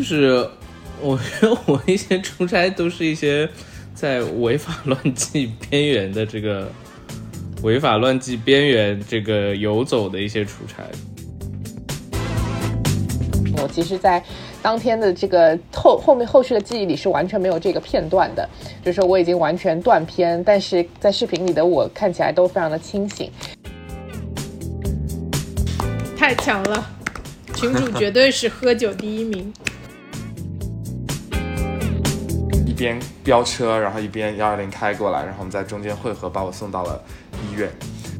就是我觉得我一些出差都是一些在违法乱纪边缘的这个游走的一些出差。 我其实在当天的这个后续的记忆里是完全没有这个片段的，就是说我已经完全断片，但是在视频里的我看起来都非常的清醒。 太强了，群主绝对是喝酒第一名。 一边飙车，然后一边120开过来，然后我们在中间汇合，把我送到了医院。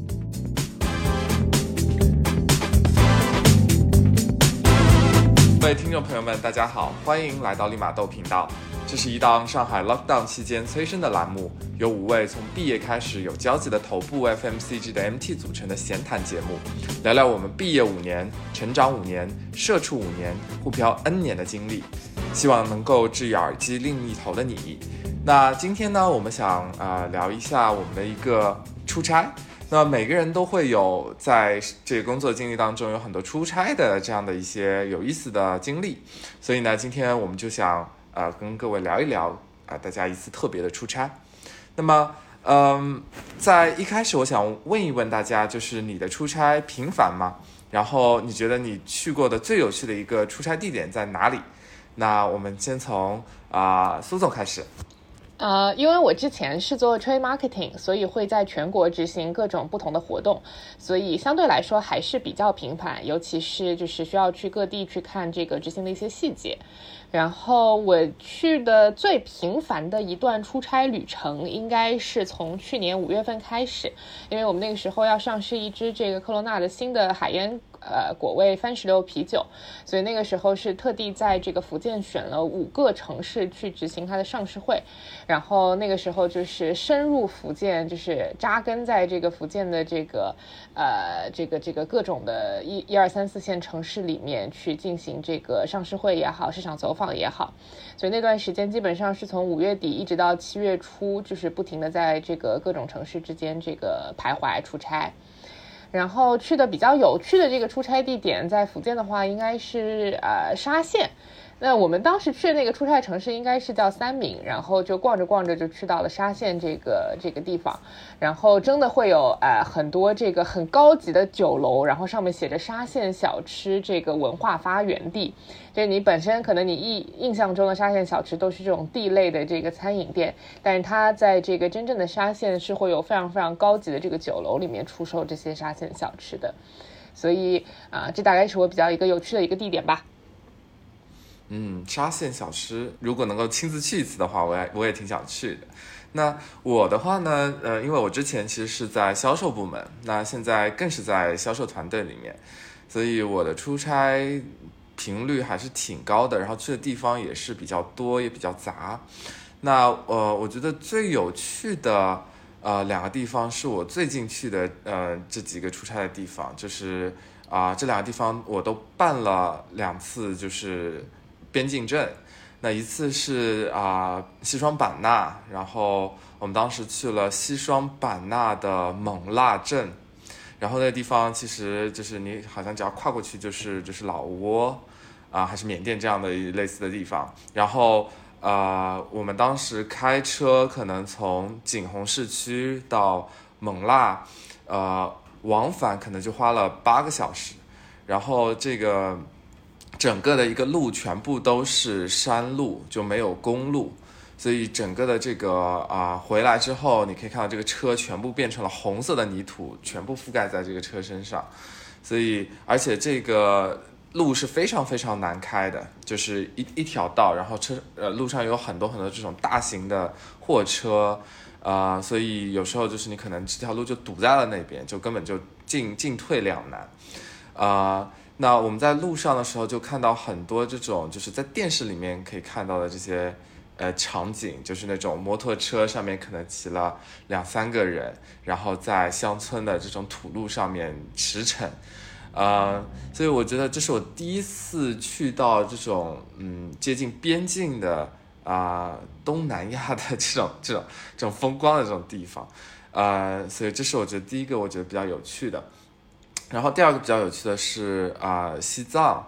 各位听众朋友们，大家好，欢迎来到利马豆频道。这是一档上海 lockdown 期间催生的栏目，由5位从毕业开始有交集的头部 FMCG 的 MT 组成的闲谈节目，聊聊我们毕业5年、成长5年、社畜5年、互漂 N 年的经历，希望能够治愈耳机另一头的你。那今天呢，我们想聊一下我们的一个出差。那每个人都会有在这个工作经历当中有很多出差的这样的一些有意思的经历，所以呢，今天我们就想跟各位聊一聊大家一次特别的出差。那么在一开始我想问一问大家，就是你的出差频繁吗？然后你觉得你去过的最有趣的一个出差地点在哪里？那我们先从苏总开始。 因为我之前是做 trade marketing， 所以会在全国执行各种不同的活动，所以相对来说还是比较频繁，尤其是就是需要去各地去看这个执行的一些细节。然后我去的最频繁的一段出差旅程应该是从去年5月份开始，因为我们那个时候要上市一支这个科罗娜的新的海烟果味番石榴啤酒，所以那个时候是特地在这个福建选了5个城市去执行它的上市会，然后那个时候就是深入福建，就是扎根在这个福建的这个各种的1、2、3、4线城市里面去进行这个上市会也好，市场走访也好，所以那段时间基本上是从5月底一直到7月初，就是不停的在这个各种城市之间这个徘徊出差。然后去的比较有趣的这个出差地点，在福建的话应该是沙县。那我们当时去的那个出差城市应该是叫三明，然后就逛着逛着就去到了沙县这个地方，然后真的会有很多这个很高级的酒楼，然后上面写着沙县小吃这个文化发源地，就是你本身可能你印象中的沙县小吃都是这种地类的这个餐饮店，但是它在这个真正的沙县是会有非常非常高级的这个酒楼里面出售这些沙县小吃的，所以这大概是我比较一个有趣的一个地点吧。 沙县小吃如果能够亲自去一次的话，我也挺想去的。那我的话呢，因为我之前其实是在销售部门，那现在更是在销售团队里面，所以我的出差频率还是挺高的，然后去的地方也是比较多，也比较杂。那我觉得最有趣的2个地方是我最近去的这几个出差的地方，就是这2个地方我都办了2次，就是边境证。那一次是西双版纳，然后我们当时去了西双版纳的勐腊镇，然后那个地方其实就是你好像只要跨过去就是老挝还是缅甸这样的类似的地方，然后我们当时开车可能从景洪市区到勐腊往返可能就花了8个小时，然后这个整个的一个路全部都是山路，就没有公路，所以整个的这个回来之后，你可以看到这个车全部变成了红色的泥土，全部覆盖在这个车身上，所以而且这个路是非常非常难开的，就是一条道，然后路上有很多很多这种大型的货车，所以有时候就是你可能这条路就堵在了那边，就根本就进退两难。那我们在路上的时候就看到很多这种就是在电视里面可以看到的这些场景，就是那种摩托车上面可能骑了2、3个人，然后在乡村的这种土路上面驰骋。所以我觉得这是我第一次去到这种接近边境的东南亚的这种风光的这种地方，所以这是我觉得第一个我觉得比较有趣的。然后第二个比较有趣的是西藏。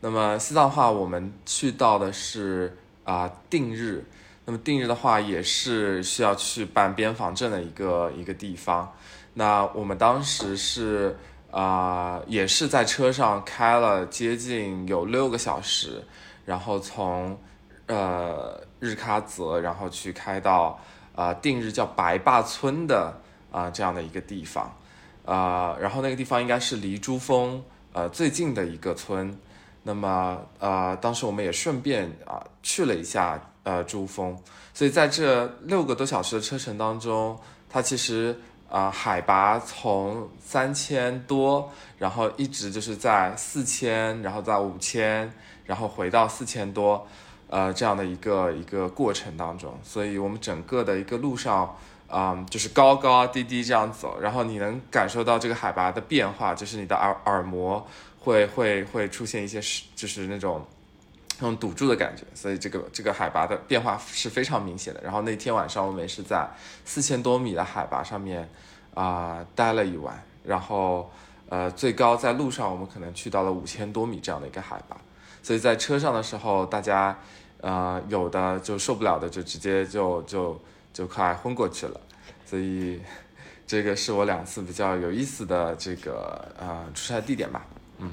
那么西藏的话，我们去到的是定日。那么定日的话，也是需要去办边防证的一个地方。那我们当时是也是在车上开了接近有6个小时，然后从日喀则，然后去开到定日叫白坝村的这样的一个地方。然后那个地方应该是离珠峰最近的一个村。那么当时我们也顺便去了一下珠峰，所以在这6个多小时的车程当中，它其实海拔从3000多，然后一直就是在4000，然后在5000，然后回到4000多这样的一个过程当中，所以我们整个的一个路上就是高高低低这样走，然后你能感受到这个海拔的变化，就是你的耳膜会出现一些就是那种堵住的感觉，所以这个海拔的变化是非常明显的。然后那天晚上我们也是在4000多米的海拔上面待了一晚，然后最高在路上我们可能去到了5000多米这样的一个海拔，所以在车上的时候大家有的就受不了的就直接就快昏过去了。所以这个是我2次比较有意思的这个出差地点吧。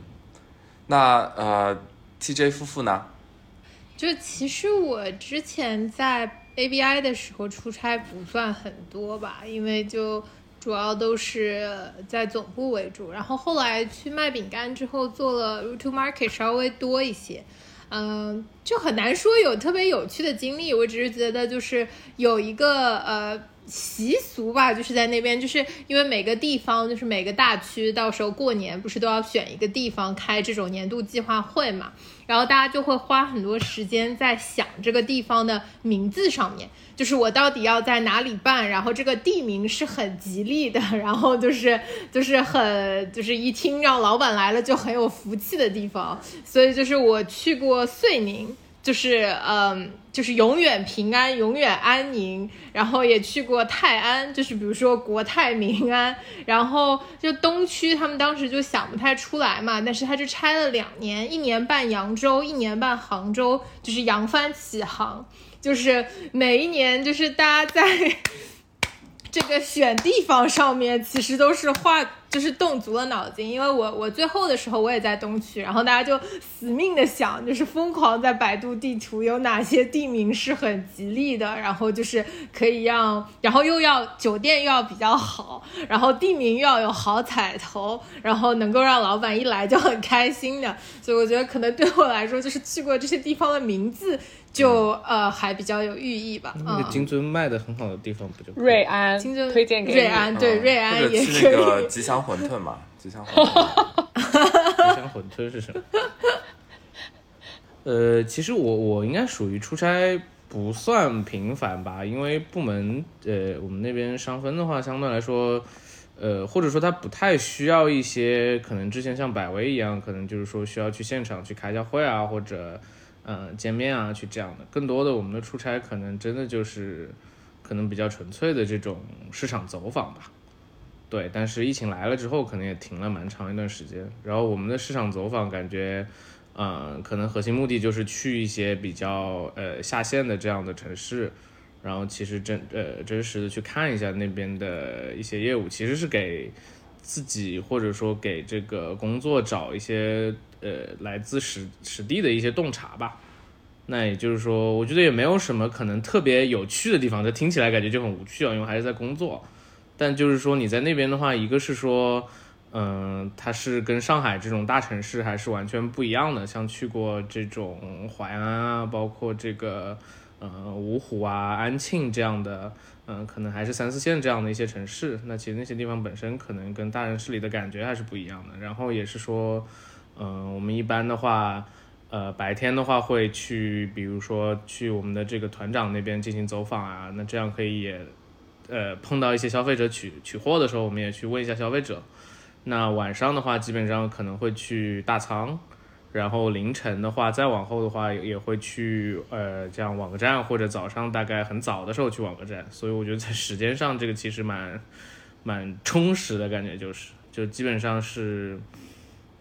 那TJ 夫妇呢？ 就其实我之前在 ABI 的时候出差不算很多吧，因为就主要都是在总部为主，然后后来去卖饼干之后做了 route to market 稍微多一些。就很难说有特别有趣的经历，我只是觉得就是有一个习俗吧，就是在那边，就是因为每个地方就是每个大区到时候过年不是都要选一个地方开这种年度计划会嘛，然后大家就会花很多时间在想这个地方的名字上面，就是我到底要在哪里办，然后这个地名是很吉利的，然后就是很就是一听让老板来了就很有福气的地方。所以就是我去过遂宁，就是永远平安永远安宁，然后也去过泰安，就是比如说国泰民安，然后就东区他们当时就想不太出来嘛，但是他就拆了2年，1年办扬州1年办杭州，就是扬帆起航，就是每一年就是大家在这个选地方上面其实都是就是动足了脑筋，因为我最后的时候我也在东区，然后大家就死命的想，就是疯狂在百度地图有哪些地名是很吉利的，然后就是可以然后又要酒店又要比较好，然后地名又要有好彩头，然后能够让老板一来就很开心的。所以我觉得可能对我来说，就是去过这些地方的名字就还比较有寓意吧。 那个金樽卖的很好的地方不就瑞安， 金樽推荐给你瑞安，对，瑞安也可以。 或者去那个吉祥馄饨嘛，吉祥馄馄饨是什么？其实我应该属于出差不算频繁吧，因为部门我们那边商分的话，相对来说。或者说它不太需要一些可能之前像百威一样，可能就是说需要去现场去开一下会啊，或者见面啊，去这样的。更多的我们的出差可能真的就是可能比较纯粹的这种市场走访吧。对，但是疫情来了之后，可能也停了蛮长一段时间。然后我们的市场走访感觉，可能核心目的就是去一些比较下线的这样的城市。然后其实真实的去看一下那边的一些业务，其实是给自己或者说给这个工作找一些来自实地的一些洞察吧。那也就是说，我觉得也没有什么可能特别有趣的地方，这听起来感觉就很无趣啊，因为还是在工作。但就是说你在那边的话，一个是说它是跟上海这种大城市还是完全不一样的，像去过这种淮安啊，包括这个芜湖啊、安庆这样的，可能还是3、4线这样的一些城市，那其实那些地方本身可能跟大城市里的感觉还是不一样的。然后也是说，我们一般的话，白天的话会去，比如说去我们的这个团长那边进行走访啊，那这样可以也，碰到一些消费者取货的时候，我们也去问一下消费者。那晚上的话，基本上可能会去大仓。然后凌晨的话，再往后的话也会去这样网格站，或者早上大概很早的时候去网格站。所以我觉得在时间上这个其实蛮充实的感觉，就基本上是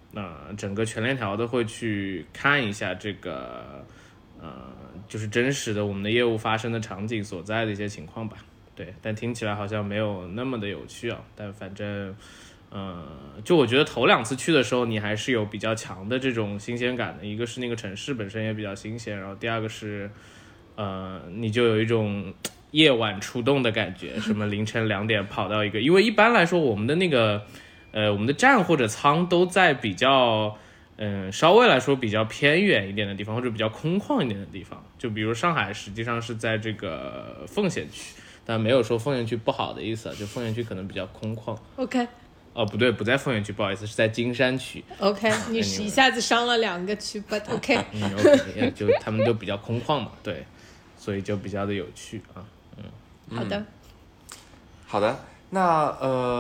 整个全链条的会去看一下这个就是真实的我们的业务发生的场景所在的一些情况吧。对，但听起来好像没有那么的有趣啊。但反正就我觉得头2次去的时候，你还是有比较强的这种新鲜感的。一个是那个城市本身也比较新鲜，然后第二个是你就有一种夜晚出动的感觉，什么凌晨2点跑到一个，因为一般来说我们的那个我们的站或者仓都在比较稍微来说比较偏远一点的地方，或者比较空旷一点的地方。就比如上海实际上是在这个奉贤区，但没有说奉贤区不好的意思，就奉贤区可能比较空旷。 OK， 哦不对，不在奉贤区，不好意思，是在金山区。 OK， 你是一下子伤了2个区 but OK。 OK， 就他们都比较空旷嘛，对，所以就比较的有趣啊。 好的， 好的。那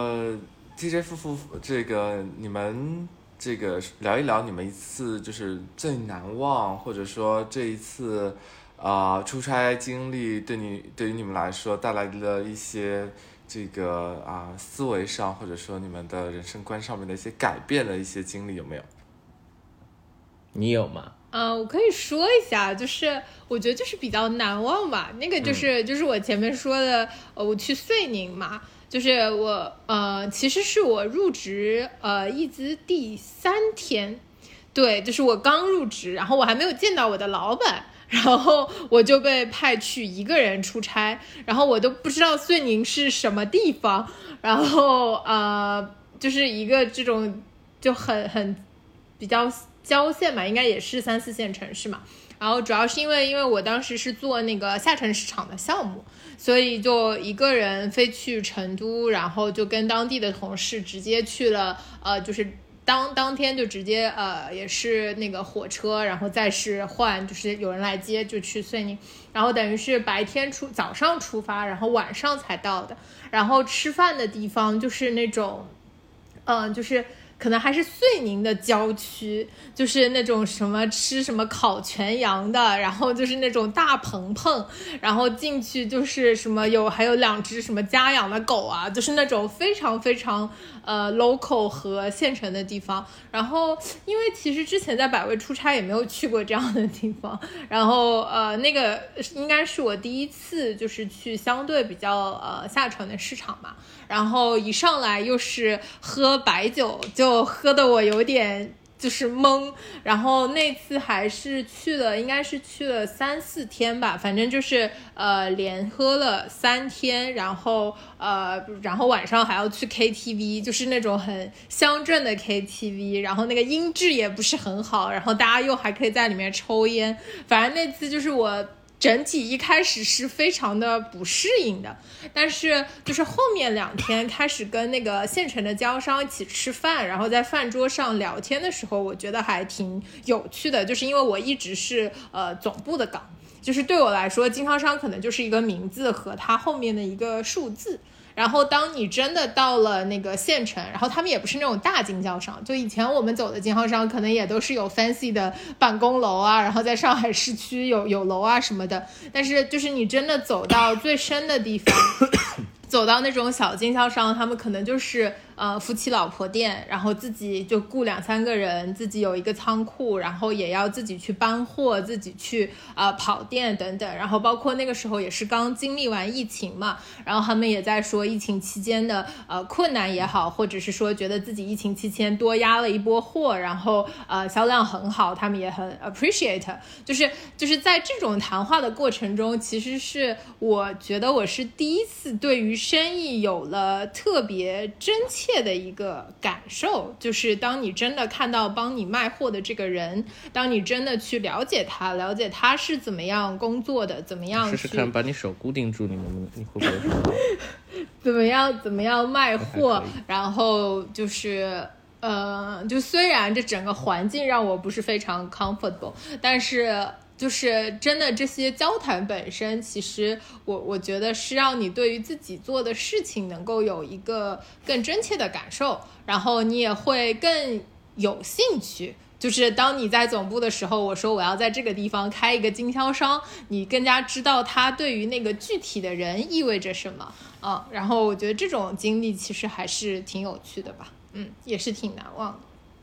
TJ 夫妇，这个你们这个聊一聊你们一次就是最难忘，或者说这一次出差经历对于你们来说带来的一些这个思维上，或者说你们的人生观上面的一些改变的一些经历有没有？ 你有吗？ 我可以说一下，就是我觉得就是比较难忘吧。那个就是我前面说的，我去遂宁嘛，就是我其实是我入职一资第3天，对，就是我刚入职，然后我还没有见到我的老板，然后我就被派去一个人出差，然后我都不知道遂宁是什么地方，然后就是一个这种就很比较郊县嘛，应该也是3、4线城市嘛。然后主要是因为我当时是做那个下沉市场的项目，所以就一个人飞去成都，然后就跟当地的同事直接去了就是当天就直接也是那个火车，然后再是换就是有人来接就去遂宁，然后等于是白天早上出发，然后晚上才到的。然后吃饭的地方就是那种就是可能还是遂宁的郊区，就是那种什么吃什么烤全羊的，然后就是那种大棚棚，然后进去就是什么还有2只什么家养的狗啊，就是那种非常非常local 和县城的地方。然后因为其实之前在百味出差也没有去过这样的地方，然后那个应该是我第1次就是去相对比较下沉的市场嘛，然后一上来又是喝白酒，就喝的我有点就是懵。然后那次还是应该是去了3、4天吧，反正就是连喝了3天，然后晚上还要去 KTV， 就是那种很乡镇的 KTV， 然后那个音质也不是很好，然后大家又还可以在里面抽烟，反正那次就是我整体一开始是非常的不适应的，但是就是后面2天开始跟那个县城的经销商一起吃饭，然后在饭桌上聊天的时候，我觉得还挺有趣的，就是因为我一直是总部的岗，就是对我来说经销商可能就是一个名字和它后面的一个数字。然后当你真的到了那个县城，然后他们也不是那种大经销商，就以前我们走的经销商可能也都是有 fancy 的办公楼啊，然后在上海市区有楼啊什么的，但是就是你真的走到最深的地方走到那种小经销商，他们可能就是夫妻老婆店，然后自己就雇2、3个人，自己有一个仓库，然后也要自己去搬货，自己去跑店等等。然后包括那个时候也是刚经历完疫情嘛，然后他们也在说疫情期间的困难也好，或者是说觉得自己疫情期间多压了一波货，然后销量很好，他们也很 appreciate。就是在这种谈话的过程中，其实是我觉得我是第1次对于生意有了特别真切的一个感受，就是当你真的看到帮你卖货的这个人，当你真的去了解他是怎么样工作的，怎么样去试试看把你手固定住，你会不会说怎么样卖货，然后就是就虽然这整个环境让我不是非常 comfortable， 但是就是真的这些交谈本身，其实我觉得是让你对于自己做的事情能够有一个更真切的感受，然后你也会更有兴趣。就是当你在总部的时候，我说我要在这个地方开一个经销商，你更加知道它对于那个具体的人意味着什么然后我觉得这种经历其实还是挺有趣的吧，也是挺难忘的。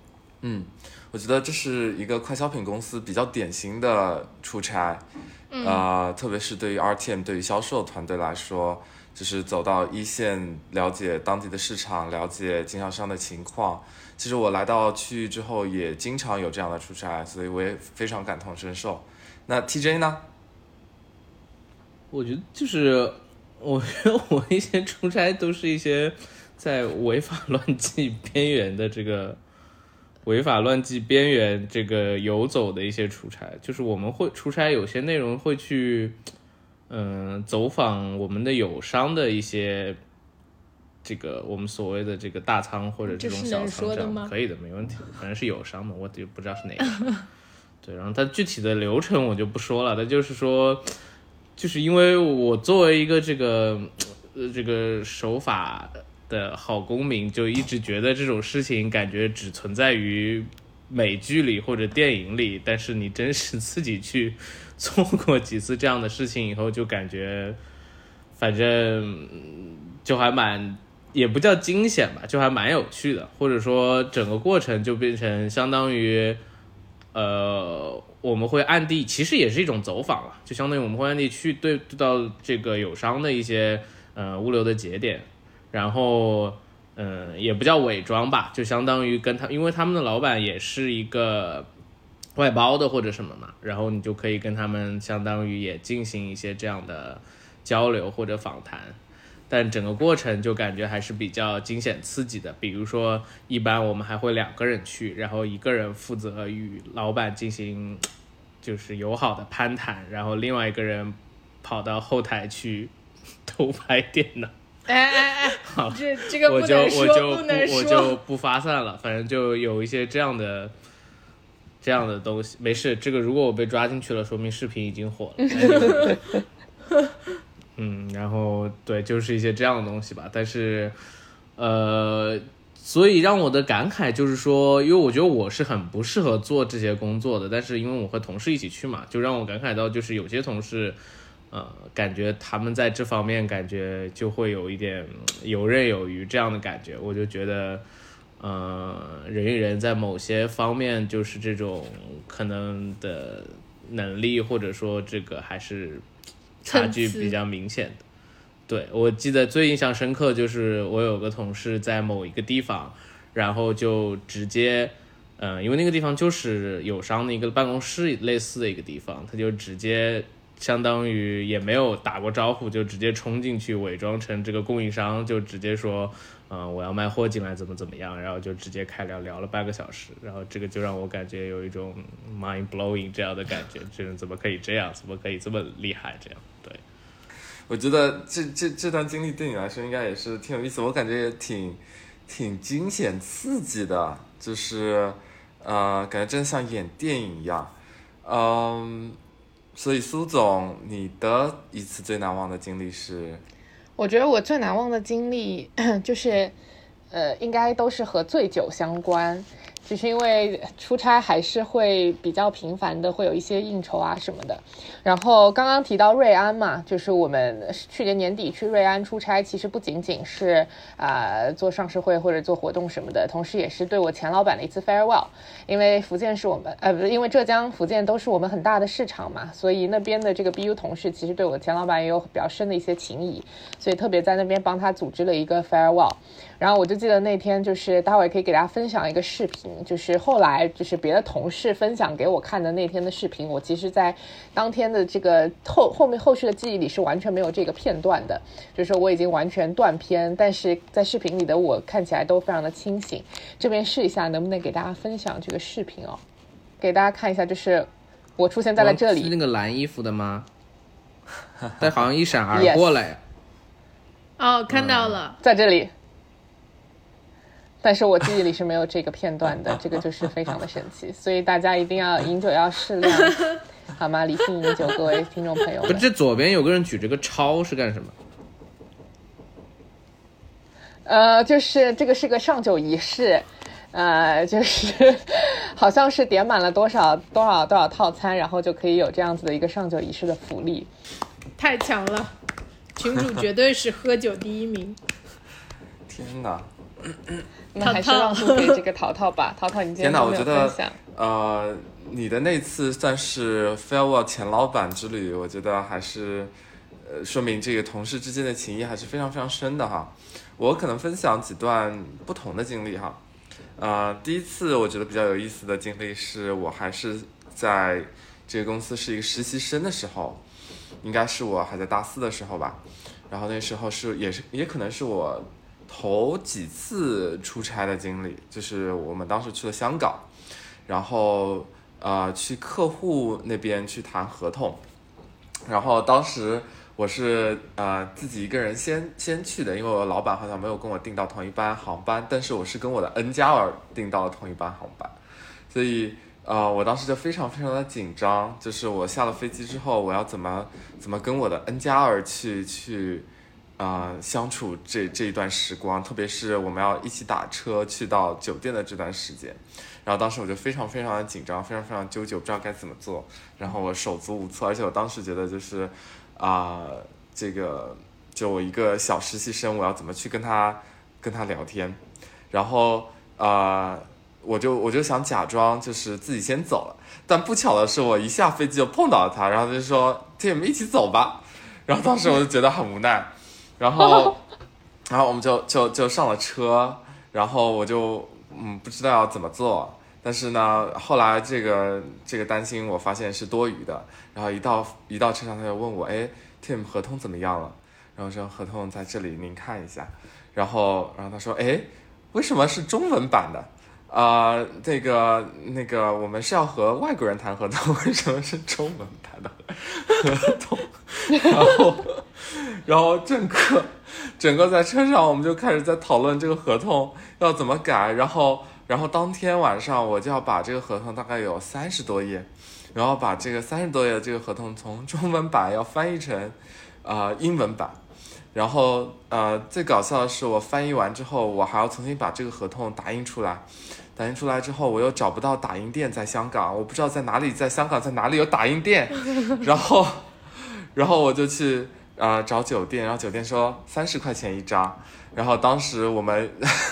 我觉得这是一个快消品公司比较典型的出差，特别是对于 RTM 对于销售团队来说，就是走到一线，了解当地的市场，了解经销商的情况。其实我来到区域之后，也经常有这样的出差，所以我也非常感同身受。那 TJ 呢？ 我觉得就是我觉得我一些出差都是一些在违法乱纪边缘的这个游走的一些出差，就是我们会出差，有些内容会去走访我们的友商的一些这个我们所谓的这个大仓或者这种小仓，这样可以的，没问题，反正是友商嘛，我就不知道是哪个。对，然后它具体的流程我就不说了，但就是说，就是因为我作为一个这个守法的好公民，就一直觉得这种事情感觉只存在于美剧里或者电影里，但是你真是自己去做过几次这样的事情以后，就感觉反正就还也不叫惊险吧，就还蛮有趣的，或者说整个过程就变成相当于我们会暗地，其实也是一种走访了，就相当于我们会暗地去对到这个友商的一些物流的节点，然后也不叫伪装吧，就相当于跟他，因为他们的老板也是一个外包的或者什么嘛，然后你就可以跟他们相当于也进行一些这样的交流或者访谈，但整个过程就感觉还是比较惊险刺激的。比如说一般我们还会2个人去，然后1个人负责与老板进行就是友好的攀谈，然后另外1个人跑到后台去偷拍电脑。好， 这个不能说， 我就不发散了，反正就有一些这样的东西。没事，这个如果我被抓进去了，说明视频已经火了。然后对，就是一些这样的东西吧。但是所以让我的感慨就是说，因为我觉得我是很不适合做这些工作的，但是因为我和同事一起去嘛，就让我感慨到，就是有些同事感觉他们在这方面感觉就会有一点游刃有余这样的感觉。我就觉得人与人在某些方面就是这种可能的能力或者说这个还是差距比较明显的。对，我记得最印象深刻就是我有个同事在某一个地方，然后就直接因为那个地方就是友商的一个办公室类似的一个地方，他就直接相当于也没有打过招呼，就直接冲进去伪装成这个供应商，就直接说我要卖货进来怎么样，然后就直接开聊了半个小时，然后这个就让我感觉有一种 mind blowing 这样的感觉，这人怎么可以这样，怎么可以这么厉害这样。对， 我觉得这段经历对你来说应该也是挺有意思，我感觉也挺惊险刺激的，就是感觉真像演电影一样。所以苏总，你的一次最难忘的经历是？ 我觉得我最难忘的经历就是应该都是和醉酒相关，就是因为出差还是会比较频繁的，会有一些应酬啊什么的。然后刚刚提到瑞安嘛，就是我们去年年底去瑞安出差，其实不仅仅是做上市会或者做活动什么的，同时也是对我前老板的一次 farewell。因为福建是我们因为浙江、福建都是我们很大的市场嘛，所以那边的这个 BU 同事其实对我前老板也有比较深的一些情谊，所以特别在那边帮他组织了一个 farewell。然后我就记得那天就是待会儿可以给大家分享一个视频，就是后来就是别的同事分享给我看的那天的视频，我其实在当天的这个后续的记忆里是完全没有这个片段的，就是说我已经完全断片，但是在视频里的我看起来都非常的清醒。这边试一下能不能给大家分享这个视频哦，给大家看一下，就是我出现在了这里。 是那个蓝衣服的吗？但好像一闪而过了呀。 哦，看到了， 在这里。但是我记忆里是没有这个片段的，这个就是非常的神奇，所以大家一定要饮酒要适量，好吗？理性饮酒，各位听众朋友们。 不，这左边有个人举这个抄是干什么？ 就是这个是个上酒仪式，就是好像是点满了多少套餐，然后就可以有这样子的一个上酒仪式的福利。 太强了，群主绝对是喝酒第一名。 天哪！ 那还是让渡给这个淘淘吧。淘淘，你今天有没有分享？ 你的那次算是 farewell 前老板之旅，我觉得还是说明这个同事之间的情谊还是非常非常深的哈。我可能分享几段不同的经历哈。第一次我觉得比较有意思的经历是我还是在这个公司是一个实习生的时候，应该是我还在大4的时候吧。然后那时候也可能是我头几次出差的经历，就是我们当时去了香港，然后去客户那边去谈合同，然后当时我是自己一个人先去的，因为我的老板好像没有跟我订到同一班航班，但是我是跟我的 N 加2订到了同一班航班，所以我当时就非常非常的紧张，就是我下了飞机之后，我要怎么跟我的 N 加2去相处这一段时光，特别是我们要一起打车去到酒店的这段时间，然后当时我就非常非常的紧张，非常非常纠结，不知道该怎么做，然后我手足无措，而且我当时觉得就是这个就我一个小实习生，我要怎么去跟他聊天，然后我就想假装就是自己先走了，但不巧的是我一下飞机就碰到了他，然后他就说 Tim 一起走吧，然后当时我就觉得很无奈，然后我们就上了车，然后我就不知道要怎么做，但是呢后来这个担心我发现是多余的，然后一到车上他就问我Tim 合同怎么样了，然后我说合同在这里您看一下，然后他说为什么是中文版的那个我们是要和外国人谈合同，为什么是中文版的合同然后整个在车上我们就开始在讨论这个合同要怎么改，然后当天晚上我就要把这个合同大概有30多页，然后把这个30多页的这个合同从中文版要翻译成英文版，然后最搞笑的是我翻译完之后我还要重新把这个合同打印出来之后我又找不到打印店，在香港我不知道在哪里，在香港在哪里有打印店然后我就去找酒店，然后酒店说30块钱一张，然后当时我们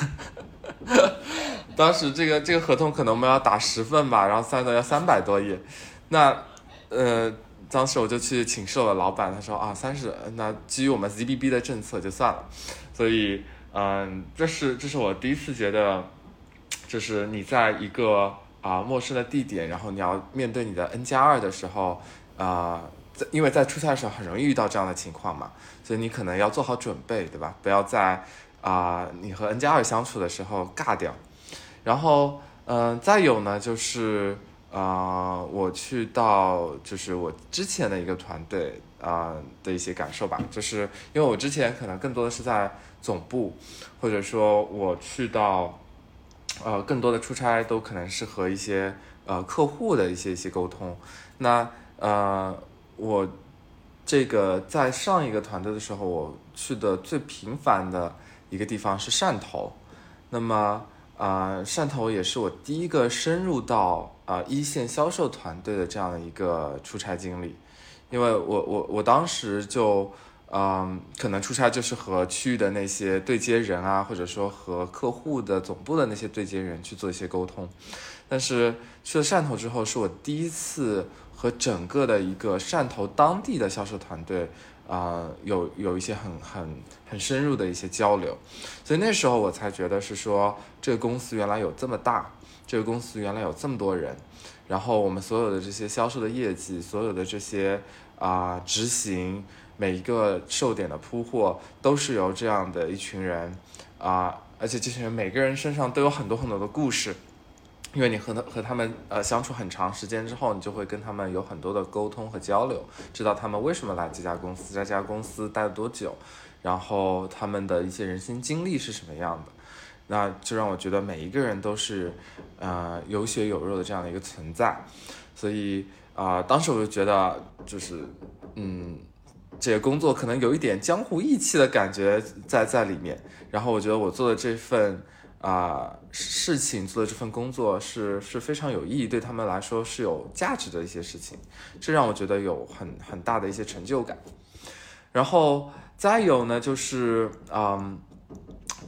当时这个合同可能我们要打10份吧，然后要300多页，那当时我就去请示了老板，他说30，那基于我们 ZBB 的政策就算了，所以这是我第一次觉得，就是你在一个陌生的地点，然后你要面对你的 N 加2的时候因为在出差的时候很容易遇到这样的情况嘛，所以你可能要做好准备，对吧？不要在你和 N 加2相处的时候尬掉。然后再有呢就是我去到就是我之前的一个团队的一些感受吧，就是因为我之前可能更多的是在总部，或者说我去到更多的出差都可能是和一些客户的一些沟通。那我这个在上一个团队的时候，我去的最频繁的一个地方是汕头。那么汕头也是我第一个深入到一线销售团队的这样的一个出差经历，因为我当时就可能出差就是和区域的那些对接人或者说和客户的总部的那些对接人去做一些沟通，但是去了汕头之后，是我第一次和整个的一个汕头当地的销售团队有一些很深入的一些交流，所以那时候我才觉得是说这个公司原来有这么大，这个公司原来有这么多人，然后我们所有的这些销售的业绩，所有的这些执行，每一个售点的铺货都是由这样的一群人而且这群人每个人身上都有很多很多的故事，因为你和他们相处很长时间之后，你就会跟他们有很多的沟通和交流，知道他们为什么来这家公司，在这家公司待了多久，然后他们的一些人生经历是什么样的，那就让我觉得每一个人都是有血有肉的这样的一个存在，所以当时我就觉得就是这个工作可能有一点江湖义气的感觉在里面，然后我觉得我做的这份事情，做的这份工作是非常有意义，对他们来说是有价值的一些事情，这让我觉得有很大的一些成就感。然后再有呢就是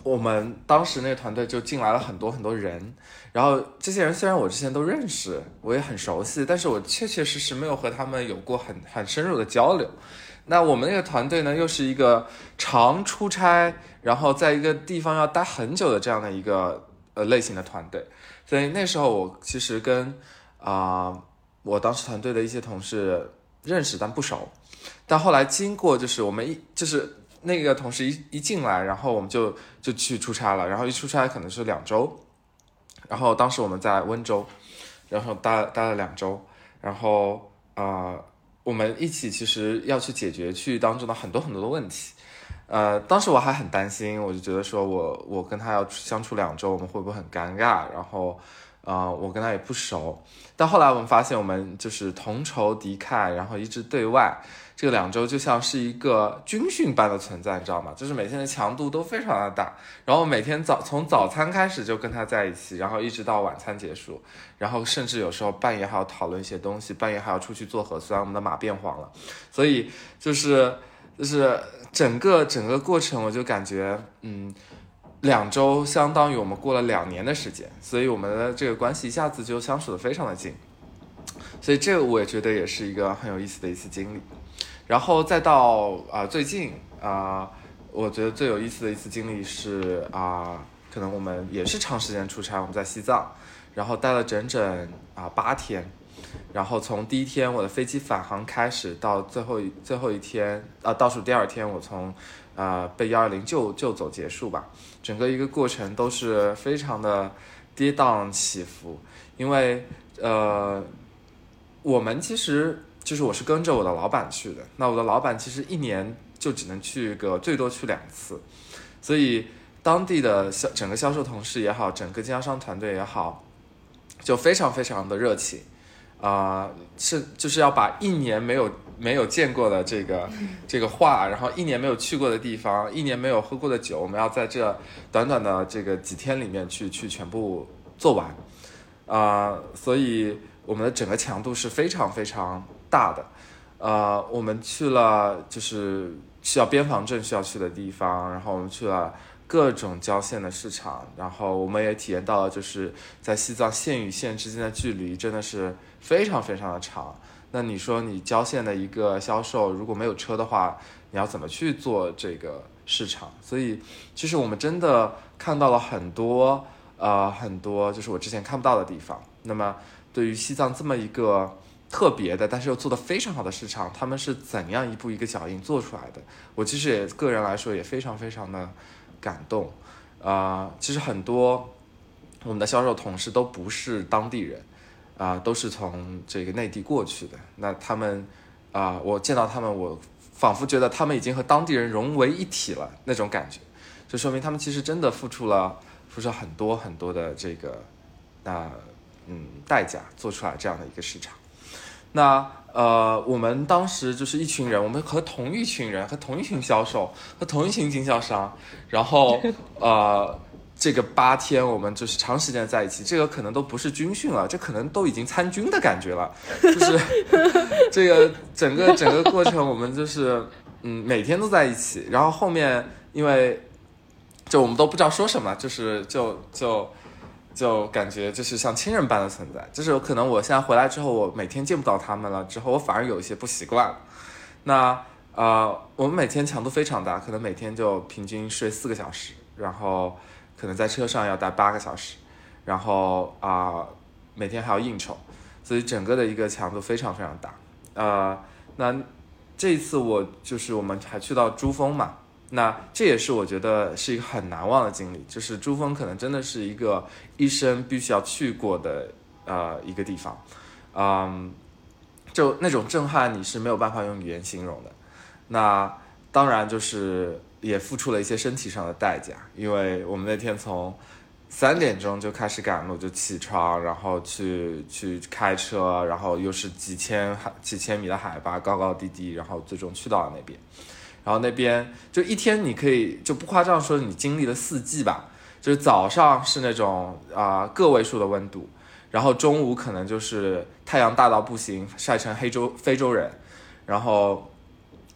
我们当时那个团队就进来了很多很多人，然后这些人虽然我之前都认识，我也很熟悉，但是我确确实实没有和他们有过很深入的交流。那我们那个团队呢，又是一个常出差，然后在一个地方要待很久的这样的一个类型的团队，所以那时候我其实跟我当时团队的一些同事认识但不熟，但后来经过就是我们就是那个同事一进来，然后我们就去出差了，然后一出差可能是2周，然后当时我们在温州，然后待了2周，然后我们一起其实要去解决区域当中的很多很多的问题。当时我还很担心，我就觉得说我跟他要相处2周，我们会不会很尴尬？然后我跟他也不熟。但后来我们发现，我们就是同仇敌忾，然后一直对外。这个2周就像是一个军训般的存在，你知道吗？就是每天的强度都非常的大，然后每天从早餐开始就跟他在一起，然后一直到晚餐结束，然后甚至有时候半夜还要讨论一些东西，半夜还要出去做核酸，我们的码变黄了。所以就是整个过程，我就感觉2周相当于我们过了2年的时间，所以我们的这个关系一下子就相处得非常的近，所以这个我也觉得也是一个很有意思的一次经历。然后再到最近我觉得最有意思的一次经历是可能我们也是长时间出差，我们在西藏，然后待了整整8天，然后从第1天我的飞机返航开始到最后一天倒数第2天我从被120救走结束吧，整个一个过程都是非常的跌宕起伏，因为我们其实就是我是跟着我的老板去的，那我的老板其实1年就只能去最多去2次，所以当地的整个销售同事也好，整个经销商团队也好，就非常非常的热情就是要把1年没有见过的这个话，然后1年没有去过的地方，1年没有喝过的酒，我们要在这短短的这个几天里面去全部做完所以我们的整个强度是非常非常大的。我们去了就是需要边防证需要去的地方，然后我们去了各种郊县的市场，然后我们也体验到了就是在西藏县与县之间的距离真的是非常非常的长。那你说你郊县的一个销售如果没有车的话，你要怎么去做这个市场？所以其实我们真的看到了很多就是我之前看不到的地方。那么对于西藏这么一个特别的但是又做得非常好的市场，他们是怎样一步一个脚印做出来的，我其实也个人来说也非常非常的感动。其实很多我们的销售同事都不是当地人都是从这个内地过去的。那他们我见到他们，我仿佛觉得他们已经和当地人融为一体了那种感觉，就说明他们其实真的付出了很多很多的这个代价，做出来这样的一个市场。那我们当时就是一群人，我们和同一群人，和同一群销售，和同一群经销商，然后这个8天我们就是长时间在一起，这个可能都不是军训了，这可能都已经参军的感觉了，就是这个整个过程我们就是每天都在一起，然后后面因为就我们都不知道说什么，就是就感觉就是像亲人般的存在，就是可能我现在回来之后，我每天见不到他们了之后，我反而有一些不习惯。那我们每天强度非常大，可能每天就平均睡4个小时，然后可能在车上要待8个小时，然后每天还要应酬，所以整个的一个强度非常非常大。那这一次我们还去到珠峰嘛。那这也是我觉得是一个很难忘的经历，就是珠峰可能真的是一个一生必须要去过的一个地方，就那种震撼你是没有办法用语言形容的。那当然就是也付出了一些身体上的代价，因为我们那天从3点钟就开始赶路，就起床，然后去开车，然后又是几千米的海拔，高高低低，然后最终去到了那边。然后那边就一天你可以就不夸张说你经历了4季吧，就是早上是那种个位数的温度，然后中午可能就是太阳大到不行，晒成非洲人，然后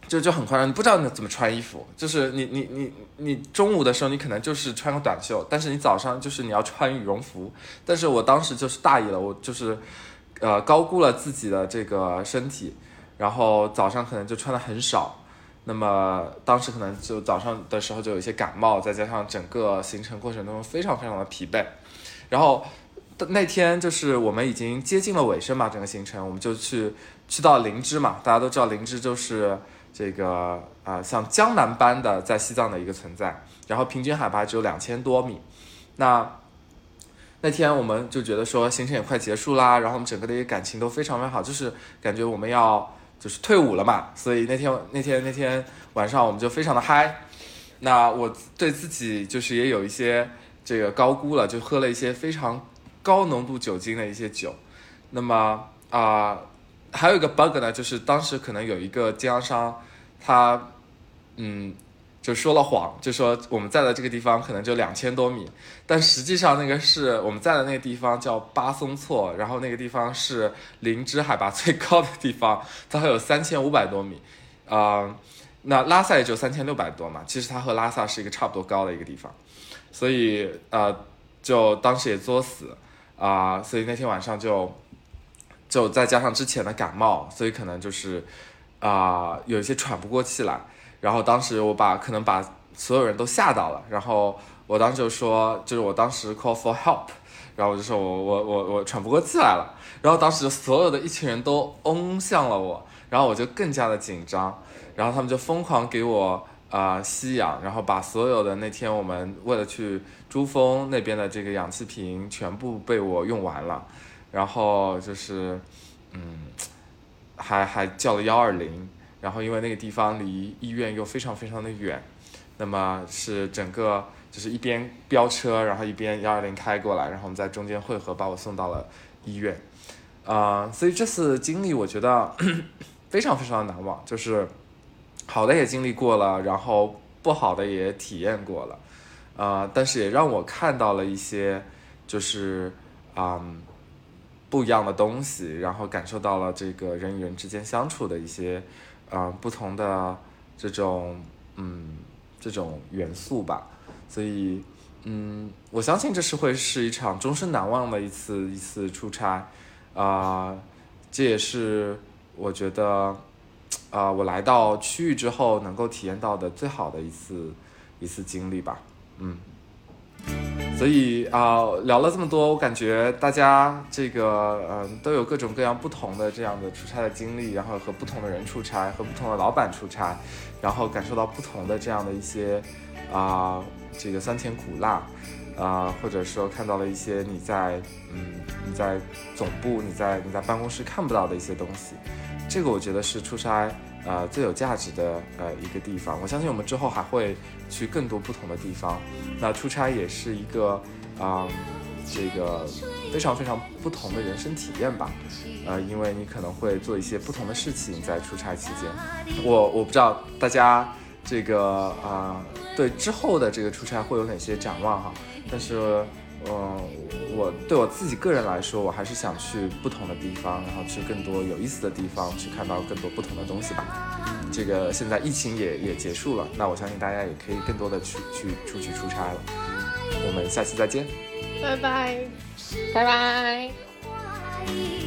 就很夸张，你不知道你怎么穿衣服，就是你中午的时候你可能就是穿个短袖，但是你早上就是你要穿羽绒服，但是我当时就是大意了，我就是高估了自己的这个身体，然后早上可能就穿的很少，那么当时可能就早上的时候就有一些感冒，再加上整个行程过程中非常非常的疲惫，然后那天就是我们已经接近了尾声嘛，整个行程我们就去到林芝嘛，大家都知道林芝就是这个像江南般的在西藏的一个存在，然后平均海拔只有2000多米。那天我们就觉得说行程也快结束啦，然后我们整个的一个感情都非常非常好，就是感觉我们要就是退伍了嘛，所以那天晚上我们就非常的嗨。那我对自己就是也有一些这个高估了，就喝了一些非常高浓度酒精的一些酒。那么还有一个 bug 呢，就是当时可能有一个经销商他就说了谎，就说我们在的这个地方可能就2000多米，但实际上那个是我们在的那个地方叫巴松措，然后那个地方是林芝海拔最高的地方，它还有3500多米，那拉萨也就3600多嘛，其实它和拉萨是一个差不多高的一个地方，所以就当时也作死所以那天晚上就再加上之前的感冒，所以可能就是有一些喘不过气来。然后当时我可能把所有人都吓到了，然后我当时就说，就是我当时 call for help， 然后我就说我喘不过气来了，然后当时所有的一群人都拥向了我，然后我就更加的紧张，然后他们就疯狂给我吸氧，然后把所有的那天我们为了去珠峰那边的这个氧气瓶全部被我用完了，然后就是还叫了120。然后因为那个地方离医院又非常非常的远，那么是整个就是一边飙车，然后一边120开过来，然后我们在中间汇合，把我送到了医院。所以这次经历我觉得非常非常的难忘，就是好的也经历过了，然后不好的也体验过了，但是也让我看到了一些就是不一样的东西，然后感受到了这个人与人之间相处的一些不同的这种元素吧，所以我相信这会是一场终身难忘的一次出差，这也是我觉得我来到区域之后能够体验到的最好的一次经历吧，所以聊了这么多，我感觉大家这个都有各种各样不同的这样的出差的经历，然后和不同的人出差，和不同的老板出差，然后感受到不同的这样的一些这个酸甜苦辣，或者说看到了一些你在总部你在办公室看不到的一些东西，这个我觉得是出差最有价值的一个地方。我相信我们之后还会去更多不同的地方，那出差也是一个这个非常非常不同的人生体验吧，因为你可能会做一些不同的事情在出差期间。我不知道大家这个对之后的这个出差会有哪些展望哈，但是我对我自己个人来说，我还是想去不同的地方，然后去更多有意思的地方，去看到更多不同的东西吧。这个现在疫情也结束了，那我相信大家也可以更多的出去出差了。我们下期再见， 拜拜， 拜拜。